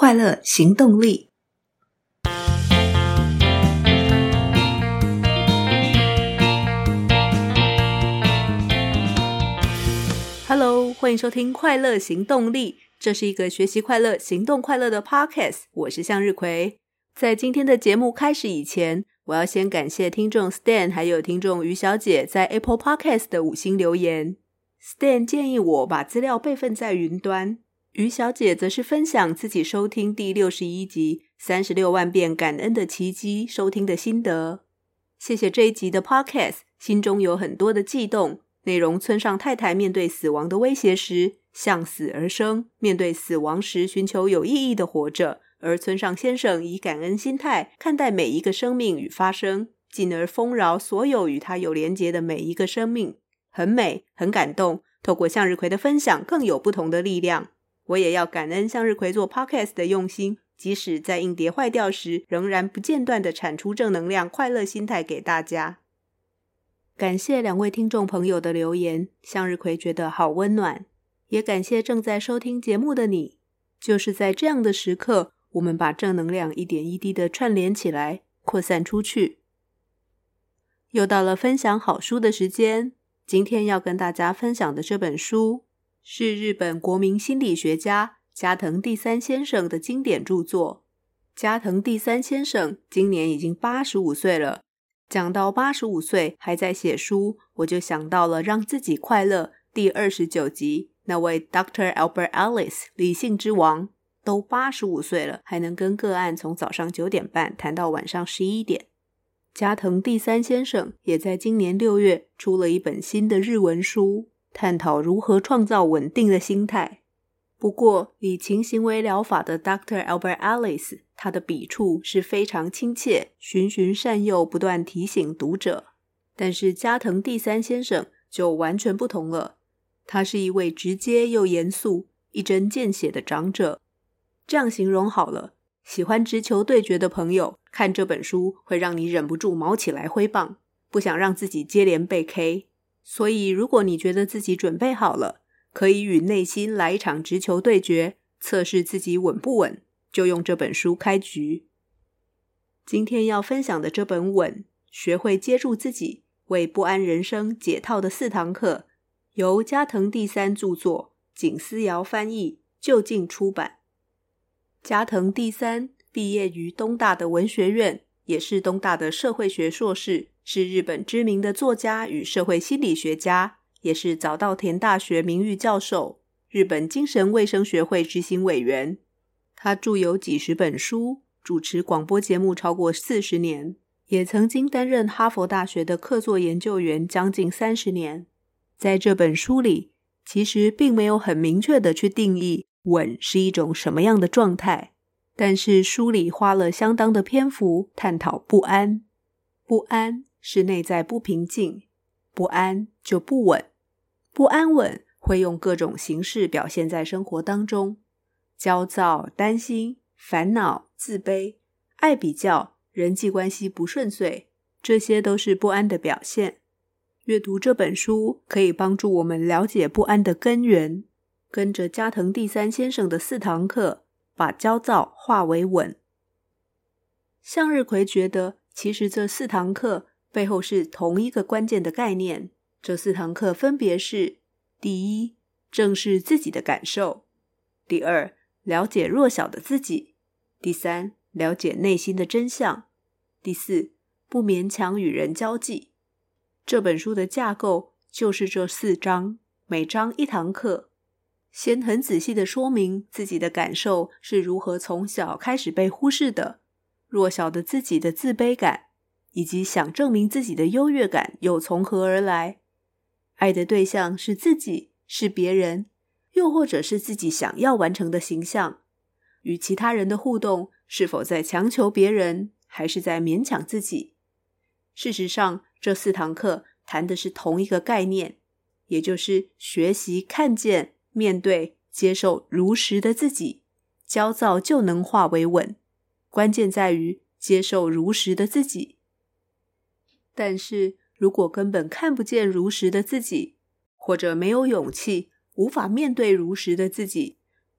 快乐行动力。Hello， 欢迎收听快乐行动力，这是一个学习快乐、行动快乐的 Podcast， 我是向日葵。在今天的节目开始以前，我要先感谢听众 Stan 还有听众于小姐在 Apple Podcast 的5星留言。Stan 建议我把资料备份在云端，于小姐则是分享自己收听第61集36万遍感恩的奇迹收听的心得。谢谢这一集的 Podcast， 心中有很多的悸动，内容村上太太面对死亡的威胁时向死而生，面对死亡时寻求有意义的活着，而村上先生以感恩心态看待每一个生命与发生，进而丰饶所有与他有连结的每一个生命。很美，很感动，透过向日葵的分享更有不同的力量。我也要感恩向日葵做 Podcast 的用心，即使在硬碟坏掉时仍然不间断地产出正能量快乐心态给大家。感谢2位听众朋友的留言，向日葵觉得好温暖。也感谢正在收听节目的你，就是在这样的时刻，我们把正能量一点一滴地串联起来，扩散出去。又到了分享好书的时间，今天要跟大家分享的这本书是日本国民心理学家加藤第三先生的经典著作。加藤第三先生今年已经85岁了，讲到85岁还在写书，我就想到了让自己快乐第29集，那位 Dr. Albert Ellis 理性之王都85岁了，还能跟个案从早上9点半谈到晚上11点。加藤第三先生也在今年6月出了一本新的日文书，探讨如何创造稳定的心态。不过理情行为疗法的 Dr. Albert Ellis 他的笔触是非常亲切，循循善诱，不断提醒读者。但是加藤第三先生就完全不同了，他是一位直接又严肃、一针见血的长者。这样形容好了，喜欢直球对决的朋友看这本书会让你忍不住毛起来挥棒，不想让自己接连被 K。 所以如果你觉得自己准备好了，可以与内心来一场直球对决，测试自己稳不稳，就用这本书开局。今天要分享的这本《稳，学会接住自己，为不安人生解套的4堂课》，由加藤第三著作，井思瑶翻译，就近出版。加藤第三毕业于东大的文学院，也是东大的社会学硕士，是日本知名的作家与社会心理学家，也是早稻田大学名誉教授，日本精神卫生学会执行委员。他著有几十本书，主持广播节目超过40年，也曾经担任哈佛大学的客座研究员将近30年。在这本书里，其实并没有很明确的去定义稳是一种什么样的状态，但是书里花了相当的篇幅探讨不安。不安是内在不平静，不安就不稳，不安稳会用各种形式表现在生活当中，焦躁、担心、烦恼、自卑、爱比较、人际关系不顺遂，这些都是不安的表现。阅读这本书可以帮助我们了解不安的根源，跟着加藤第三先生的4堂课，把焦躁化为稳。向日葵觉得其实这4堂课背后是同一个关键的概念。这4堂课分别是：第一，正视自己的感受；第二，了解弱小的自己；第三，了解内心的真相；第四，不勉强与人交际。这本书的架构就是这4章，每章1堂课。先很仔细地说明自己的感受是如何从小开始被忽视的，弱小的自己的自卑感，以及想证明自己的优越感又从何而来。爱的对象是自己，是别人，又或者是自己想要完成的形象。与其他人的互动是否在强求别人，还是在勉强自己？事实上，这4堂课谈的是同一个概念，也就是学习看见、面对、接受如实的自己，焦躁就能化为稳。关键在于接受如实的自己。但是如果根本看不见如实的自己，或者没有勇气，无法面对如实的自己，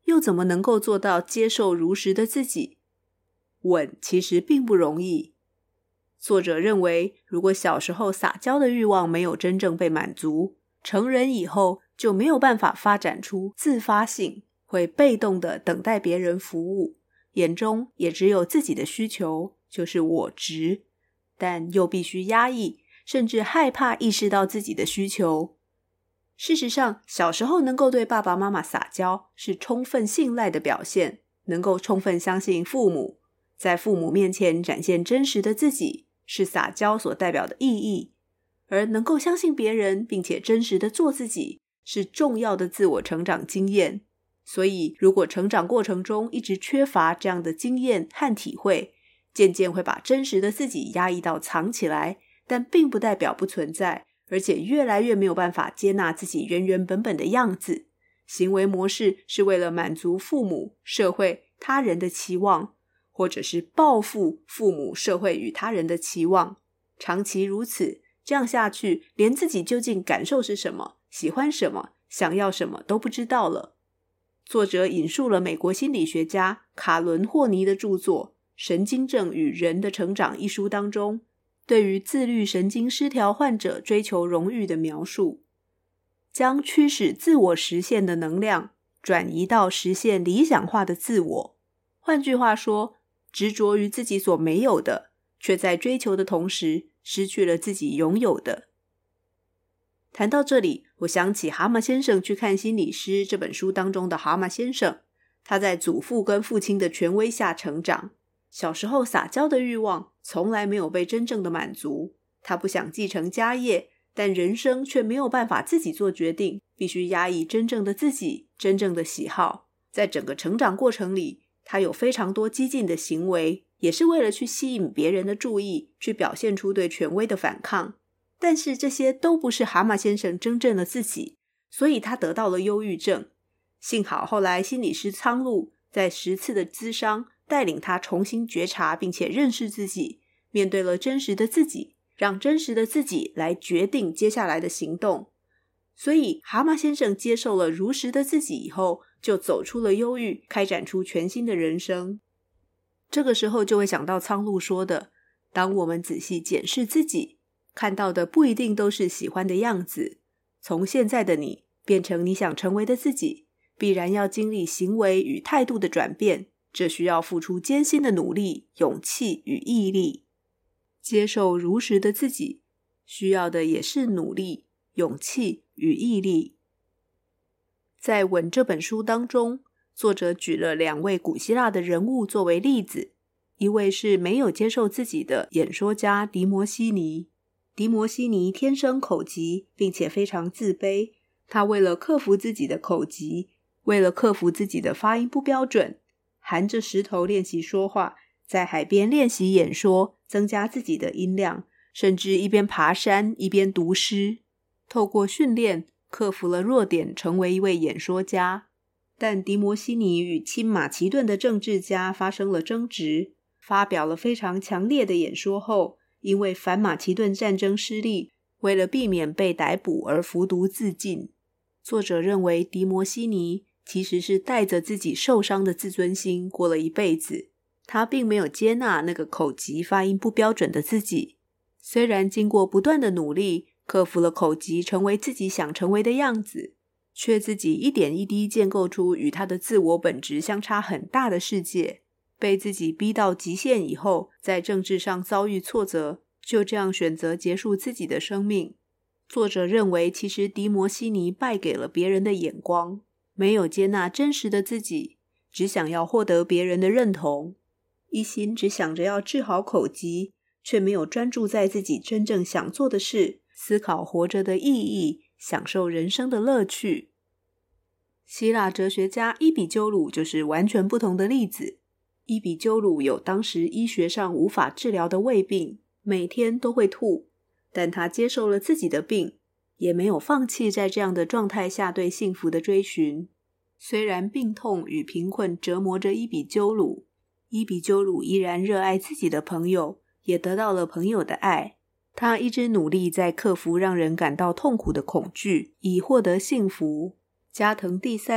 又怎么能够做到接受如实的自己？稳其实并不容易。作者认为，如果小时候撒娇的欲望没有真正被满足，成人以后就没有办法发展出自发性，会被动的等待别人服务，眼中也只有自己的需求，就是我执，但又必须压抑，甚至害怕意识到自己的需求。事实上，小时候能够对爸爸妈妈撒娇，是充分信赖的表现，能够充分相信父母，在父母面前展现真实的自己，是撒娇所代表的意义。而能够相信别人，并且真实的做自己，是重要的自我成长经验。所以，如果成长过程中一直缺乏这样的经验和体会，渐渐会把真实的自己压抑到藏起来，但并不代表不存在，而且越来越没有办法接纳自己原原本本的样子。行为模式是为了满足父母、社会、他人的期望，或者是报复父母、社会与他人的期望。长期如此，这样下去，连自己究竟感受是什么、喜欢什么、想要什么都不知道了。作者引述了美国心理学家卡伦·霍尼的著作《神经症与人的成长》一书当中，对于自律神经失调患者追求荣誉的描述，将驱使自我实现的能量转移到实现理想化的自我。换句话说，执着于自己所没有的，却在追求的同时失去了自己拥有的。谈到这里，我想起《蛤蟆先生去看心理师》这本书当中的蛤蟆先生，他在祖父跟父亲的权威下成长，小时候撒娇的欲望从来没有被真正的满足，他不想继承家业，但人生却没有办法自己做决定，必须压抑真正的自己，真正的喜好。在整个成长过程里，他有非常多激进的行为，也是为了去吸引别人的注意，去表现出对权威的反抗。但是这些都不是蛤蟆先生真正的自己，所以他得到了忧郁症。幸好后来心理师苍鹭在10次的咨商带领他重新觉察并且认识自己，面对了真实的自己，让真实的自己来决定接下来的行动。所以蛤蟆先生接受了如实的自己以后，就走出了忧郁，开展出全新的人生。这个时候就会想到苍鹭说的，当我们仔细检视自己，看到的不一定都是喜欢的样子，从现在的你变成你想成为的自己，必然要经历行为与态度的转变，这需要付出艰辛的努力、勇气与毅力。接受如实的自己，需要的也是努力、勇气与毅力。在《稳》这本书当中，作者举了2位古希腊的人物作为例子，一位是没有接受自己的演说家狄摩西尼。狄摩西尼天生口疾，并且非常自卑。他为了克服自己的口疾，为了克服自己的发音不标准，含着石头练习说话，在海边练习演说，增加自己的音量，甚至一边爬山一边读诗。透过训练，克服了弱点，成为一位演说家。但狄摩西尼与亲马其顿的政治家发生了争执，发表了非常强烈的演说后，因为反马其顿战争失利，为了避免被逮捕而服毒自尽。作者认为狄摩西尼其实是带着自己受伤的自尊心过了一辈子，他并没有接纳那个口疾发音不标准的自己。虽然经过不断的努力，克服了口疾，成为自己想成为的样子，却自己一点一滴建构出与他的自我本质相差很大的世界。被自己逼到极限以后，在政治上遭遇挫折，就这样选择结束自己的生命。作者认为，其实狄摩西尼败给了别人的眼光，没有接纳真实的自己，只想要获得别人的认同，一心只想着要治好口疾，却没有专注在自己真正想做的事，思考活着的意义，享受人生的乐趣。希腊哲学家伊比鸠鲁就是完全不同的例子。伊比鸠鲁有当时医学上无法治疗的胃病，每天都会吐，但他接受了自己的病，也没有放弃在这样的状态下对幸福的追寻。虽然病痛与贫困折磨着伊比鸠鲁，伊比鸠鲁依然热爱自己的朋友，也得到了朋友的爱。他一直努力在克服让人感到痛苦的恐惧，以获得幸福。加藤第三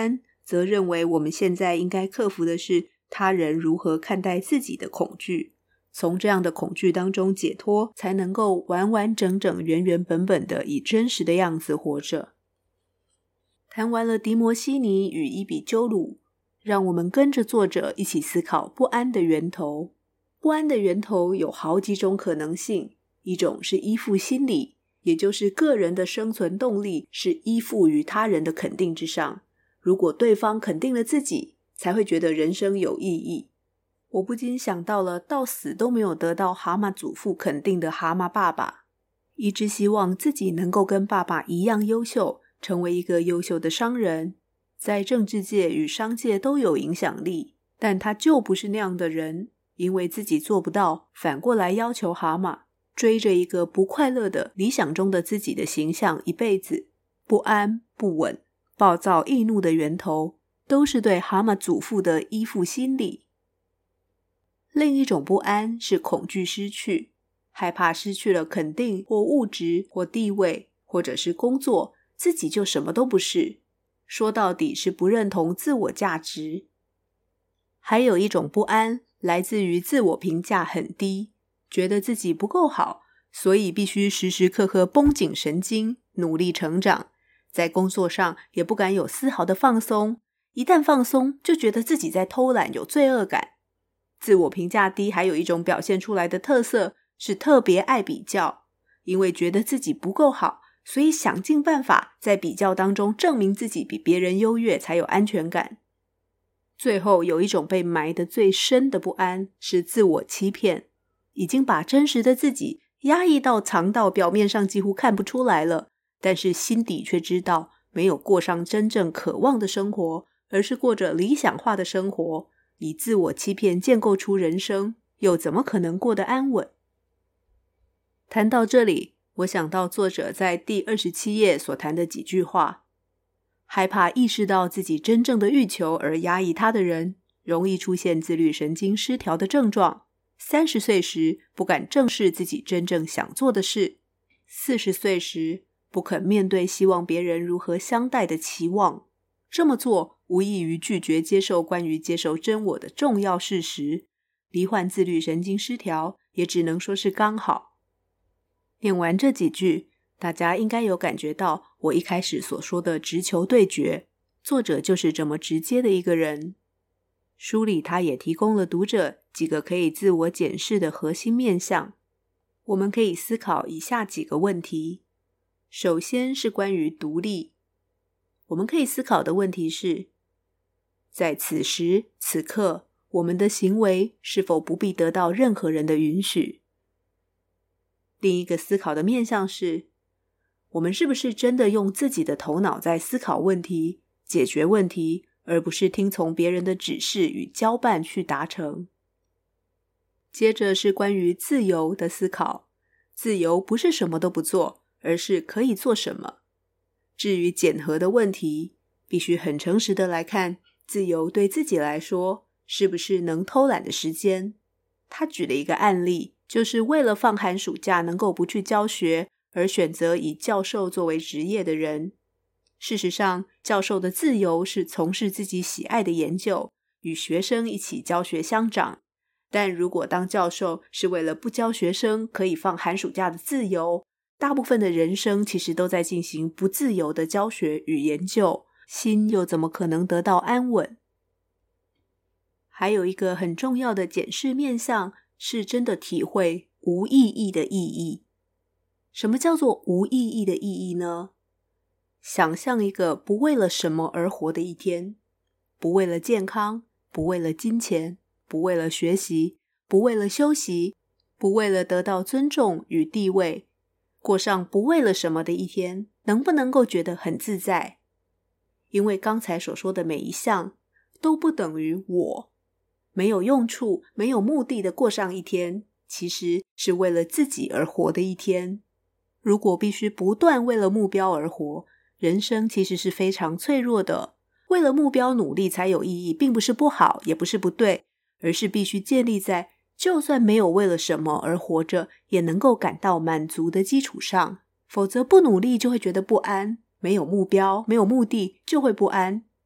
则认为我们现在应该克服的是他人如何看待自己的恐惧，从这样的恐惧当中解脱，才能够完完整整原原本本的以真实的样子活着。谈完了迪摩西尼与伊比鸠鲁，让我们跟着作者一起思考不安的源头。不安的源头有好几种可能性，一种是依附心理，也就是个人的生存动力是依附于他人的肯定之上，如果对方肯定了自己，才会觉得人生有意义。我不禁想到了到死都没有得到蛤蟆祖父肯定的蛤蟆爸爸，一直希望自己能够跟爸爸一样优秀，成为一个优秀的商人，在政治界与商界都有影响力，但他就不是那样的人，因为自己做不到，反过来要求蛤蟆，追着一个不快乐的理想中的自己的形象一辈子。不安、不稳、暴躁易怒的源头，都是对蛤蟆祖父的依附心理。另一种不安是恐惧失去，害怕失去了肯定或物质或地位，或者是工作，自己就什么都不是，说到底是不认同自我价值。还有一种不安来自于自我评价很低，觉得自己不够好，所以必须时时刻刻绷紧神经，努力成长，在工作上也不敢有丝毫的放松，一旦放松就觉得自己在偷懒，有罪恶感。自我评价低还有一种表现出来的特色是特别爱比较，因为觉得自己不够好，所以想尽办法在比较当中证明自己比别人优越，才有安全感。最后有一种被埋得最深的不安是自我欺骗，已经把真实的自己压抑到藏到表面上几乎看不出来了，但是心底却知道没有过上真正渴望的生活，而是过着理想化的生活，以自我欺骗建构出人生，又怎么可能过得安稳？谈到这里，我想到作者在第27页所谈的几句话。害怕意识到自己真正的欲求而压抑他的人，容易出现自律神经失调的症状。30岁时不敢正视自己真正想做的事，40岁时不肯面对希望别人如何相待的期望。这么做无异于拒绝接受关于接受真我的重要事实，罹患自律神经失调也只能说是刚好。念完这几句，大家应该有感觉到我一开始所说的直球对决，作者就是这么直接的一个人。书里他也提供了读者几个可以自我检视的核心面向，我们可以思考以下几个问题。首先是关于独立，我们可以思考的问题是，在此时此刻，我们的行为是否不必得到任何人的允许？另一个思考的面向是，我们是不是真的用自己的头脑在思考问题、解决问题，而不是听从别人的指示与交办去达成？接着是关于自由的思考，自由不是什么都不做，而是可以做什么。至于检核的问题，必须很诚实的来看，自由对自己来说是不是能偷懒的时间。他举了一个案例，就是为了放寒暑假能够不去教学，而选择以教授作为职业的人。事实上，教授的自由是从事自己喜爱的研究，与学生一起教学相长。但如果当教授是为了不教学生可以放寒暑假的自由，大部分的人生其实都在进行不自由的教学与研究，心又怎么可能得到安稳？还有一个很重要的检视面向，是真的体会无意义的意义。什么叫做无意义的意义呢？想象一个不为了什么而活的一天，不为了健康，不为了金钱，不为了学习，不为了休息，不为了得到尊重与地位，过上不为了什么的一天，能不能够觉得很自在？因为刚才所说的每一项都不等于我，没有用处、没有目的的过上一天，其实是为了自己而活的一天。如果必须不断为了目标而活，人生其实是非常脆弱的。为了目标努力才有意义，并不是不好，也不是不对，而是必须建立在就算没有为了什么而活着，也能够感到满足的基础上。否则不努力就会觉得不安，没有目标，没有目的就会不安。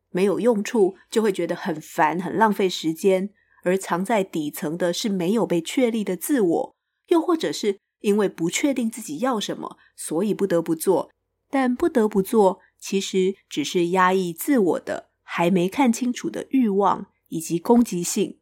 没有用处，就会觉得很烦，很浪费时间，而藏在底层的是没有被确立的自我，又或者是因为不确定自己要什么，所以不得不做，但不得不做其实只是压抑自我的还没看清楚的欲望以及攻击性。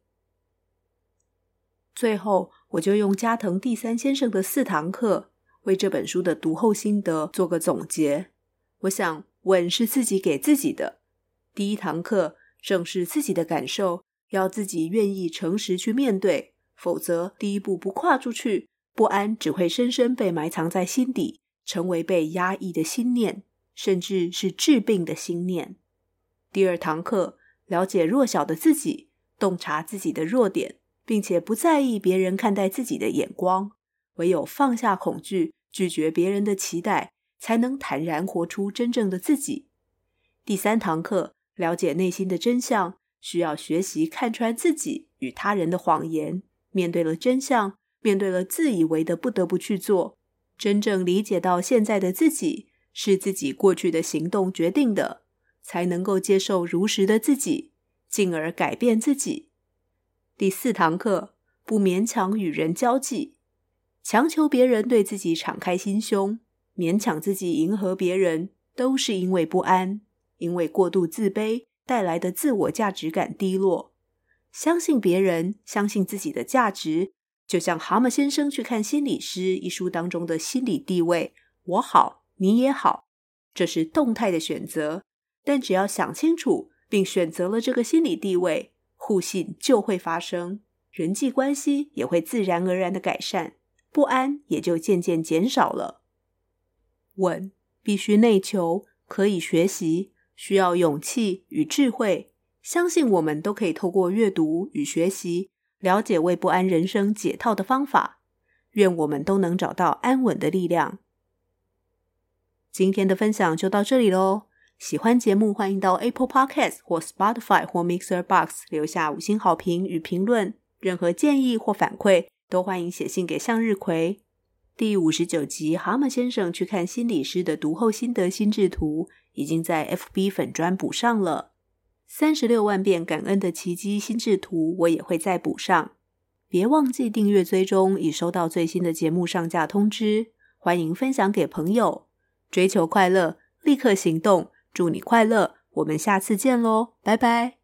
最后我就用加藤第三先生的4堂课为这本书的读后心得做个总结。我想问是自己给自己的，第1堂课正视自己的感受，要自己愿意诚实去面对，否则第一步不跨出去，不安只会深深被埋藏在心底，成为被压抑的心念，甚至是治病的心念。第2堂课，了解弱小的自己，洞察自己的弱点，并且不在意别人看待自己的眼光，唯有放下恐惧，拒绝别人的期待，才能坦然活出真正的自己。第3堂课，了解内心的真相，需要学习看穿自己与他人的谎言，面对了真相，面对了自以为的不得不去做，真正理解到现在的自己是自己过去的行动决定的，才能够接受如实的自己，进而改变自己。第4堂课，不勉强与人交际，强求别人对自己敞开心胸，勉强自己迎合别人，都是因为不安，因为过度自卑带来的自我价值感低落。相信别人，相信自己的价值，就像蛤蟆先生去看心理师一书当中的心理地位，我好，你也好，这是动态的选择，但只要想清楚并选择了这个心理地位，互信就会发生，人际关系也会自然而然的改善，不安也就渐渐减少了。稳，必须内求，可以学习，需要勇气与智慧，相信我们都可以透过阅读与学习，了解为不安人生解套的方法，愿我们都能找到安稳的力量。今天的分享就到这里咯，喜欢节目欢迎到 Apple Podcast 或 Spotify 或 Mixer Box 留下5星好评与评论，任何建议或反馈都欢迎写信给向日葵。第59集蛤蟆先生去看心理师的读后心得心智图已经在 FB 粉专补上了，36万遍感恩的奇迹心智图我也会再补上。别忘记订阅追踪，以收到最新的节目上架通知，欢迎分享给朋友。追求快乐，立刻行动，祝你快乐，我们下次见咯，拜拜。